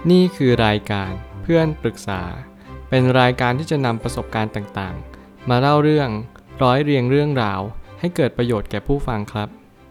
นี่คือรายการเพื่อนปรึกษาเป็นรายการที่จะนำประสบการณ์ต่างๆมาเล่าเรื่องร้อยเรียงเรื่องราวให้เกิดประโยชน์แก่ผู้ฟังครับ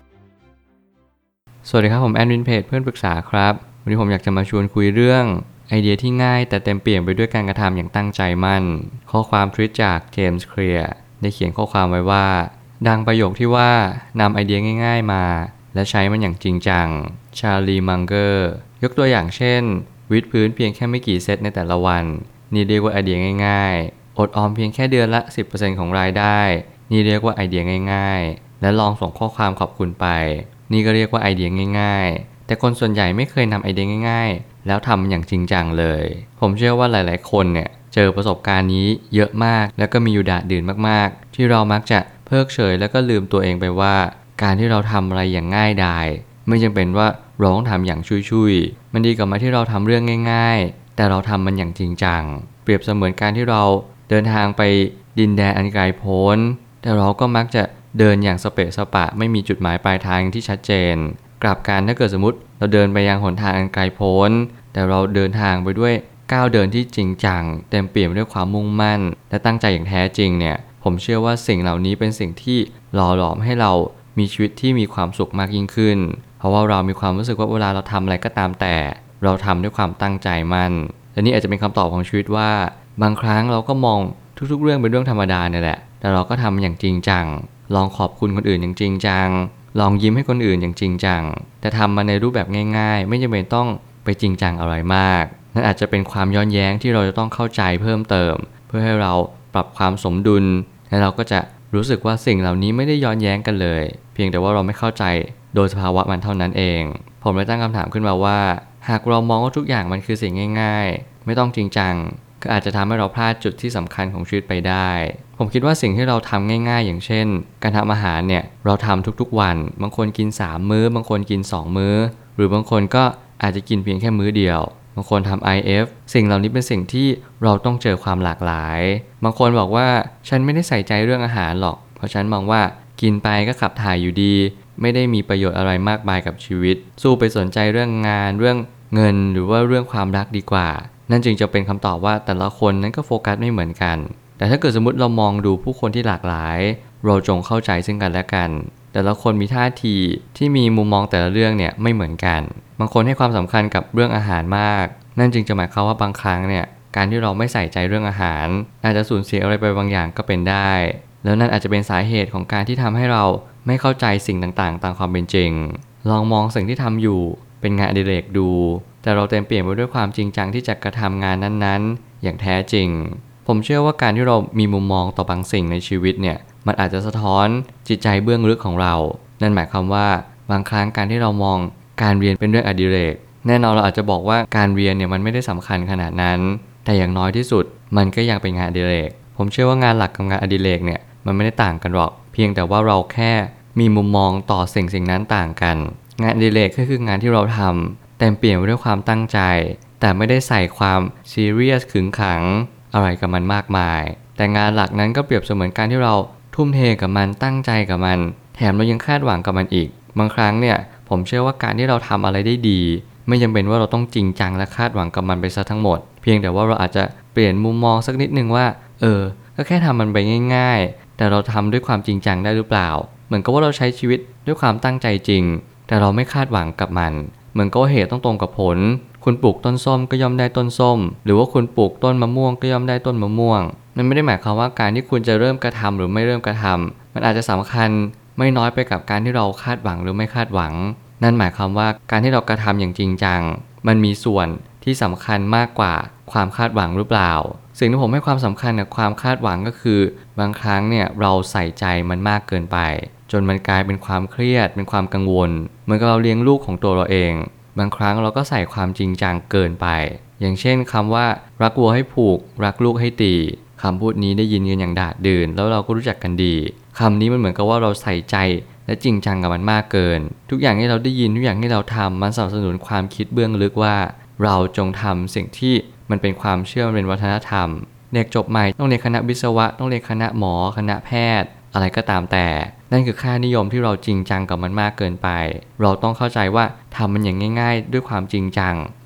สวัสดีครับผมแอดมินเพจเพื่อนปรึกษาครับวันนี้ผมอยากจะมาชวนคุยเรื่องไอเดียที่ง่ายแต่เต็มเปี่ยมไปด้วยการกระทำอย่างตั้งใจมั่นข้อความทวิตจากเจมส์เคลียร์ได้เขียนข้อความไว้ว่าดังประโยคที่ว่านำไอเดียง่ายๆมาและใช้มันอย่างจริงจังชาลีมังเกอร์ยกตัวอย่างเช่นวิดพื้นเพียงแค่ไม่กี่เซตในแต่ละวันนี่เรียกว่าไอเดียง่ายๆอดออมเพียงแค่เดือนละ 10% ของรายได้นี่เรียกว่าไอเดียง่ายๆและลองส่งข้อความขอบคุณไปนี่ก็เรียกว่าไอเดียง่ายๆแต่คนส่วนใหญ่ไม่เคยนำไอเดียง่ายๆแล้วทำอย่างจริงจังเลยผมเชื่อว่าหลายๆคนเนี่ยเจอประสบการณ์นี้เยอะมากแล้วก็มีอยู่ดะดื่นมากๆที่เรามักจะเพิกเฉยแล้วก็ลืมตัวเองไปว่าการที่เราทำอะไรอย่างง่ายดายไม่จำเป็นว่าเราต้องทำอย่างชุยๆมันดีกว่าที่เราทำเรื่องง่ายๆแต่เราทำมันอย่างจริงจังเปรียบเสมือนการที่เราเดินทางไปดินแดนอันไกลโพ้นแต่เราก็มักจะเดินอย่างสเปะสปะไม่มีจุดหมายปลายทางที่ชัดเจนกลับกันถ้าเกิดสมมติเราเดินไปยังหนทางอันไกลโพ้นแต่เราเดินทางไปด้วยก้าวเดินที่จริงจังเต็มเปี่ยมด้วยความมุ่งมั่นและตั้งใจอย่างแท้จริงเนี่ยผมเชื่อว่าสิ่งเหล่านี้เป็นสิ่งที่หล่อหลอมให้เรามีชีวิตที่มีความสุขมากยิ่งขึ้นเพราะว่าเรามีความรู้สึกว่าเวลาเราทำอะไรก็ตามแต่เราทำด้วยความตั้งใจมั่นและนี่อาจจะเป็นคำตอบของชีวิตว่าบางครั้งเราก็มองทุกๆเรื่องเป็นเรื่องธรรมดาเนี่ยแหละแต่เราก็ทำอย่างจริงจังลองขอบคุณคนอื่นอย่างจริงจังลองยิ้มให้คนอื่นอย่างจริงจังแต่ทำมาในรูปแบบง่ายๆไม่จำเป็นต้องไปจริงจังอะไรมากนั่นอาจจะเป็นความย้อนแย้งที่เราจะต้องเข้าใจเพิ่มเติมเพื่อให้เราปรับความสมดุลและเราก็จะรู้สึกว่าสิ่งเหล่านี้ไม่ได้ย้อนแย้งกันเลยเพียงแต่ว่าเราไม่เข้าใจโดยสภาวะมันเท่านั้นเองผมเลยตั้งคำถามขึ้นมาว่าหากเรามองว่าทุกอย่างมันคือสิ่งง่ายๆไม่ต้องจริงจังก็อาจจะทำให้เราพลาดจุดที่สำคัญของชีวิตไปได้ผมคิดว่าสิ่งที่เราทำง่ายๆอย่างเช่นการทำอาหารเนี่ยเราทำทุกๆวันบางคนกิน3มื้อบางคนกิน2มื้อหรือบางคนก็อาจจะกินเพียงแค่มื้อเดียวบางคนทำ IF สิ่งเหล่านี้เป็นสิ่งที่เราต้องเจอความหลากหลายบางคนบอกว่าฉันไม่ได้ใส่ใจเรื่องอาหารหรอกเพราะฉันมองว่ากินไปก็ขับถ่ายอยู่ดีไม่ได้มีประโยชน์อะไรมากมายกับชีวิตสู้ไปสนใจเรื่องงานเรื่องเงินหรือว่าเรื่องความรักดีกว่านั่นจึงจะเป็นคำตอบว่าแต่ละคนนั้นก็โฟกัสไม่เหมือนกันแต่ถ้าเกิดสมมติเรามองดูผู้คนที่หลากหลายเราจงเข้าใจซึ่งกันและกันแต่ละคนมีท่าทีที่มีมุมมองแต่ละเรื่องเนี่ยไม่เหมือนกันบางคนให้ความสำคัญกับเรื่องอาหารมากนั่นจึงจะหมายความว่าบางครั้งเนี่ยการที่เราไม่ใส่ใจเรื่องอาหารอาจจะสูญเสียอะไรไปบางอย่างก็เป็นได้แล้วนั่นอาจจะเป็นสาเหตุของการที่ทำให้เราไม่เข้าใจสิ่งต่างๆตามความเป็นจริงลองมองสิ่งที่ทำอยู่เป็นงานอดิเรกดูแต่เราเต็มเปลี่ยนไปด้วยความจริงจังที่จะกระทำงานนั้นๆอย่างแท้จริงผมเชื่อว่าการที่เรามีมุมมองต่อบางสิ่งในชีวิตเนี่ยมันอาจจะสะท้อนจิตใจเบื้องลึกของเรานั่นหมายความว่าบางครั้งการที่เรามองการเรียนเป็นเรื่องอดิเรกแน่นอนเราอาจจะบอกว่าการเรียนเนี่ยมันไม่ได้สำคัญขนาดนั้นแต่อย่างน้อยที่สุดมันก็ยังเป็นงานอดิเรกผมเชื่อว่างานหลักกับงานอดิเรกเนี่ยมันไม่ได้ต่างกันหรอกเพียงแต่ว่าเราแค่มีมุมมองต่อสิ่งนั้นต่างกันงานอดิเรกก็คืองานที่เราทำเต็มเปี่ยมไปด้วยความตั้งใจแต่ไม่ได้ใส่ความซีเรียสขึงขังอะไรกับมันมากมายแต่งานหลักนั้นก็เปรียบเสมือนการที่เราทุ่มเทกับมันตั้งใจกับมันแถมเรายังคาดหวังกับมันอีกบางครั้งเนี่ยผมเชื่อว่าการที่เราทำอะไรได้ดีไม่จำเป็นว่าเราต้องจริงจังและคาดหวังกับมันไปซะทั้งหมดเพียงแต่ว่าเราอาจจะเปลี่ยนมุมมองสักนิดนึงว่าก็แค่ทำมันไปง่ายๆแต่เราทำด้วยความจริงจังได้หรือเปล่าเหมือนกับว่าเราใช้ชีวิตด้วยความตั้งใจจริงแต่เราไม่คาดหวังกับมันเหมือนกับเหตุต้องตรงกับผลคุณปลูกต้นส้มก็ย่อมได้ต้นส้มหรือว่าคุณปลูกต้นมะม่วงก็ย่อมได้ต้นมะม่วงมันไม่ได้หมายความว่าการที่คุณจะเริ่มกระทำหรือไม่เริ่มกระทำมันอาจจะสำคัญไม่น้อยไปกับการที่เราคาดหวังหรือไม่คาดหวังนั่นหมายความว่าการที่เรากระทำอย่างจริงจังมันมีส่วนที่สำคัญมากกว่าความคาดหวังหรือเปล่าสิ่งที่ผมให้ความสำคัญกับความคาดหวังก็คือบางครั้งเนี่ยเราใส่ใจมันมากเกินไปจนมันกลายเป็นความเครียดเป็นความกังวลเหมือนกับเราเลี้ยงลูกของตัวเราเองบางครั้งเราก็ใส่ความจริงจังเกินไปอย่างเช่นคำว่ารักวัวให้ผูกรักลูกให้ตีคำพูดนี้ได้ยินกันอย่างดาดดื่นแล้วเราก็รู้จักกันดีคำนี้มันเหมือนกับว่าเราใส่ใจและจริงจังกับมันมากเกินทุกอย่างที่เราได้ยินทุกอย่างที่เราทำมันสนับสนุนความคิดเบื้องลึกว่าเราจงทำสิ่งที่มันเป็นความเชื่อมันเป็นวัฒนธรรมเด็กจบใหม่ต้องเรียนคณะวิศวะต้องเรียนคณะหมอคณะแพทย์อะไรก็ตามแต่นั่นคือค่านิยมที่เราจริงจังกับมันมากเกินไปเราต้องเข้าใจว่าทำมันอย่างง่ายๆด้วยความจริงจัง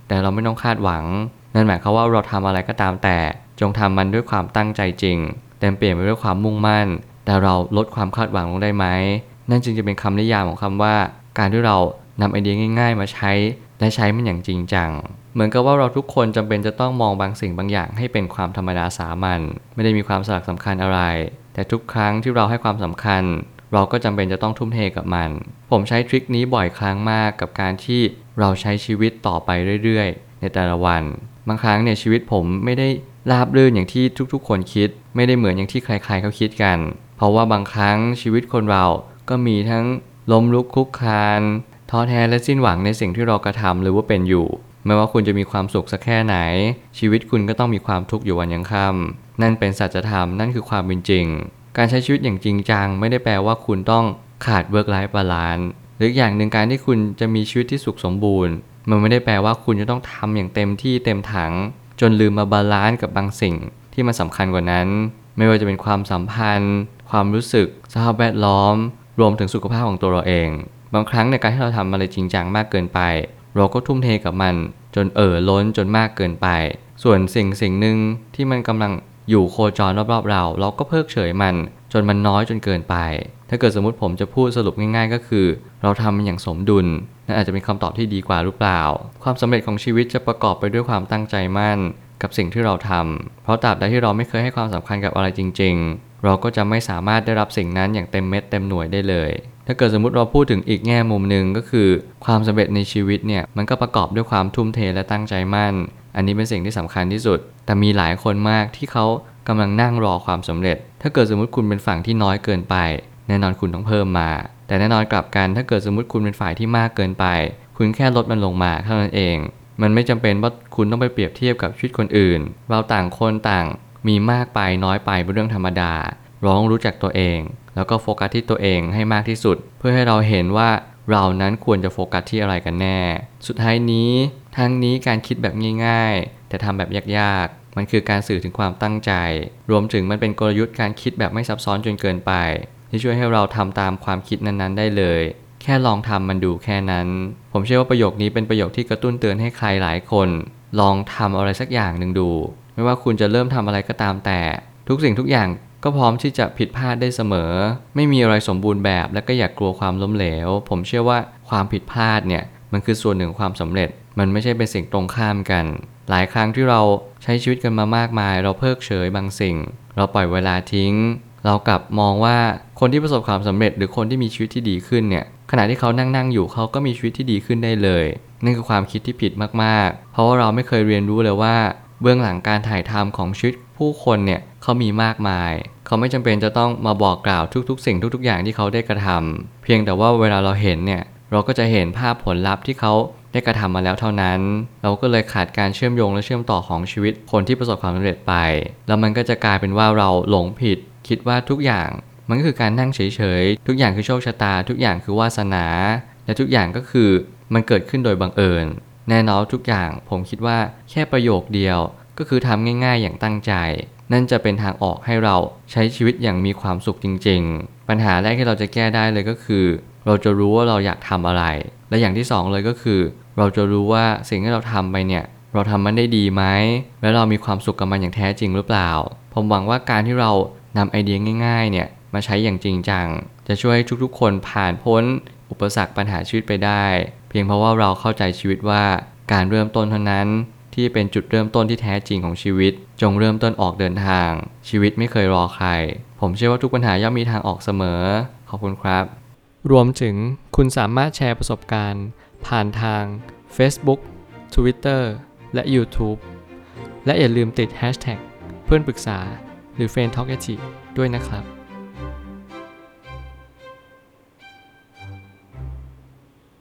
แต่เราไม่ต้องคาดหวังนั่นหมายความว่าเราทำอะไรก็ตามแต่จงทำมันด้วยความตั้งใจจริงเต็มเปลี่ยนไปด้วยความมุ่งมั่นแต่เราลดความคาดหวังลงได้ไหมนั่นจึงจะเป็นคำนิยามของคำว่าการที่เรานำไอเดียง่ายๆมาใช้และใช้มันอย่างจริงจังเหมือนกับว่าเราทุกคนจำเป็นจะต้องมองบางสิ่งบางอย่างให้เป็นความธรรมดาสามัญไม่ได้มีความสำคัญอะไรแต่ทุกครั้งที่เราให้ความสำคัญเราก็จำเป็นจะต้องทุ่มเทกับมันผมใช้ทริคนี้บ่อยครั้งมากกับการที่เราใช้ชีวิตต่อไปเรื่อยๆในแต่ละวันบางครั้งเนี่ยชีวิตผมไม่ได้ราบรื่นอย่างที่ทุกๆคนคิดไม่ได้เหมือนอย่างที่ใครๆเขาคิดกันเพราะว่าบางครั้งชีวิตคนเราก็มีทั้งล้มลุกคลุกคลานท้อแท้และสิ้นหวังในสิ่งที่เรากระทำหรือว่าเป็นอยู่ไม่ว่าคุณจะมีความสุขสักแค่ไหนชีวิตคุณก็ต้องมีความทุกข์อยู่วันยังค่ำนั่นเป็นสัจธรรมนั่นคือความเป็นจริงการใช้ชีวิตอย่างจริงจังไม่ได้แปลว่าคุณต้องขาด work life balance หรืออย่างหนึ่งการที่คุณจะมีชีวิตที่สุขสมบูรณ์มันไม่ได้แปลว่าคุณจะต้องทำอย่างเต็มที่เต็มถังจนลืมมาบาลานซ์กับบางสิ่งที่มันสำคัญกว่านั้นไม่ว่าจะเป็นความสัมพันธ์ความรู้สึกสภาพแวดล้อมรวมถึงสุขภาพของตัวเราเองบางครั้งในการที่เราทำอะไรจริงจังมากเกินไปเราก็ทุ่มเทกับมันจนล้นจนมากเกินไปส่วนสิ่งหนึ่งที่มันกำลังอยู่โคจรรอบๆเราก็เพิกเฉยมันจนมันน้อยจนเกินไปถ้าเกิดสมมุติผมจะพูดสรุปง่ายๆก็คือเราทำมันอย่างสมดุลนั่นอาจจะเป็นคำตอบที่ดีกว่าหรือเปล่าความสำเร็จของชีวิตจะประกอบไปด้วยความตั้งใจมั่นกับสิ่งที่เราทำเพราะตราบใดที่เราไม่เคยให้ความสำคัญกับอะไรจริงๆเราก็จะไม่สามารถได้รับสิ่งนั้นอย่างเต็มเม็ดเต็มหน่วยได้เลยถ้าเกิดสมมุติเราพูดถึงอีกแง่มุมหนึ่งก็คือความสำเร็จในชีวิตเนี่ยมันก็ประกอบด้วยความทุ่มเทและตั้งใจมั่นอันนี้เป็นสิ่งที่สำคัญที่สุดแต่มีหลายคนมากที่เขากำลังนั่งรอความสำเร็จถ้าเกิดสมมุติคุณเป็นฝั่งที่น้อยเกินไปแน่นอนคุณต้องเพิ่มมาแต่แน่นอนกลับกันถ้าเกิดสมมุติคุณเป็นฝ่ายที่มากเกินไปคุณแค่ลดมันลงมาเท่านั้นเองมันไม่จำเป็นว่าคุณต้องไปเปรียบเทียบกับชีวิตคนอื่นเราต่างคนต่างมีมากไปน้อยไปเป็นเรื่องธรรมดาเราต้องรู้จักตัวเองแล้วก็โฟกัสที่ตัวเองให้มากที่สุดเพื่อให้เราเห็นว่าเรานั้นควรจะโฟกัสที่อะไรกันแน่สุดท้ายนี้ทั้งนี้การคิดแบบง่ายๆแต่ทำแบบยากๆมันคือการสื่อถึงความตั้งใจรวมถึงมันเป็นกลยุทธ์การคิดแบบไม่ซับซ้อนจนเกินไปที่ช่วยให้เราทำตามความคิดนั้นๆได้เลยแค่ลองทำมันดูแค่นั้นผมเชื่อว่าประโยคนี้เป็นประโยคที่กระตุ้นเตือนให้ใครหลายคนลองทำอะไรสักอย่างหนึ่งดูไม่ว่าคุณจะเริ่มทำอะไรก็ตามแต่ทุกสิ่งทุกอย่างก็พร้อมที่จะผิดพลาดได้เสมอไม่มีอะไรสมบูรณ์แบบและก็อย่ากลัวความล้มเหลวผมเชื่อว่าความผิดพลาดเนี่ยมันคือส่วนหนึ่งของความสำเร็จมันไม่ใช่เป็นสิ่งตรงข้ามกันหลายครั้งที่เราใช้ชีวิตกันมามากมายเราเพิกเฉยบางสิ่งเราปล่อยเวลาทิ้งเรากลับมองว่าคนที่ประสบความสำเร็จหรือคนที่มีชีวิตที่ดีขึ้นเนี่ยขณะที่เขานั่งอยู่เขาก็มีชีวิตที่ดีขึ้นได้เลยนั่นคือความคิดที่ผิดมากๆเพราะว่าเราไม่เคยเรียนรู้เลยว่าเบื้องหลังการถ่ายทำของชีวิตผู้คนเนี่ยเขามีมากมายเขาไม่จำเป็นจะต้องมาบอกกล่าวทุกๆสิ่งทุกๆอย่างที่เขาได้กระทำเพียงแต่ว่าเวลาเราเห็นเนี่ยเราก็จะเห็นภาพผลลัพธ์ที่เขาได้กระทำมาแล้วเท่านั้นเราก็เลยขาดการเชื่อมโยงและเชื่อมต่อของชีวิตคนที่ประสบความสำเร็จไปแล้วมันก็จะกลายเป็นว่าเราหลงผิดคิดว่าทุกอย่างมันก็คือการนั่งเฉยๆทุกอย่างคือโชคชะตาทุกอย่างคือวาสนาและทุกอย่างก็คือมันเกิดขึ้นโดยบังเอิญแน่นอนทุกอย่างผมคิดว่าแค่ประโยคเดียวก็คือทำง่ายๆอย่างตั้งใจนั่นจะเป็นทางออกให้เราใช้ชีวิตอย่างมีความสุขจริงๆปัญหาแรกที่เราจะแก้ได้เลยก็คือเราจะรู้ว่าเราอยากทำอะไรและอย่างที่สองเลยก็คือเราจะรู้ว่าสิ่งที่เราทำไปเนี่ยเราทำมันได้ดีไหมและเรามีความสุขกับมันอย่างแท้จริงหรือเปล่าผมหวังว่าการที่เรานำไอเดียง่ายๆเนี่ยมาใช้อย่างจริงจังจะช่วยให้ทุกๆคนผ่านพ้นอุปสรรคปัญหาชีวิตไปได้เพียงเพราะว่าเราเข้าใจชีวิตว่าการเริ่มต้นเท่านั้นที่เป็นจุดเริ่มต้นที่แท้จริงของชีวิตจงเริ่มต้นออกเดินทางชีวิตไม่เคยรอใครผมเชื่อว่าทุกปัญหาย่อมมีทางออกเสมอขอบคุณครับรวมถึงคุณสามารถแชร์ประสบการณ์ผ่านทาง Facebook Twitter และ YouTube และอย่าลืมติด Hashtag เพื่อนปรึกษาหรือ Friend Talk ด้วยนะครับ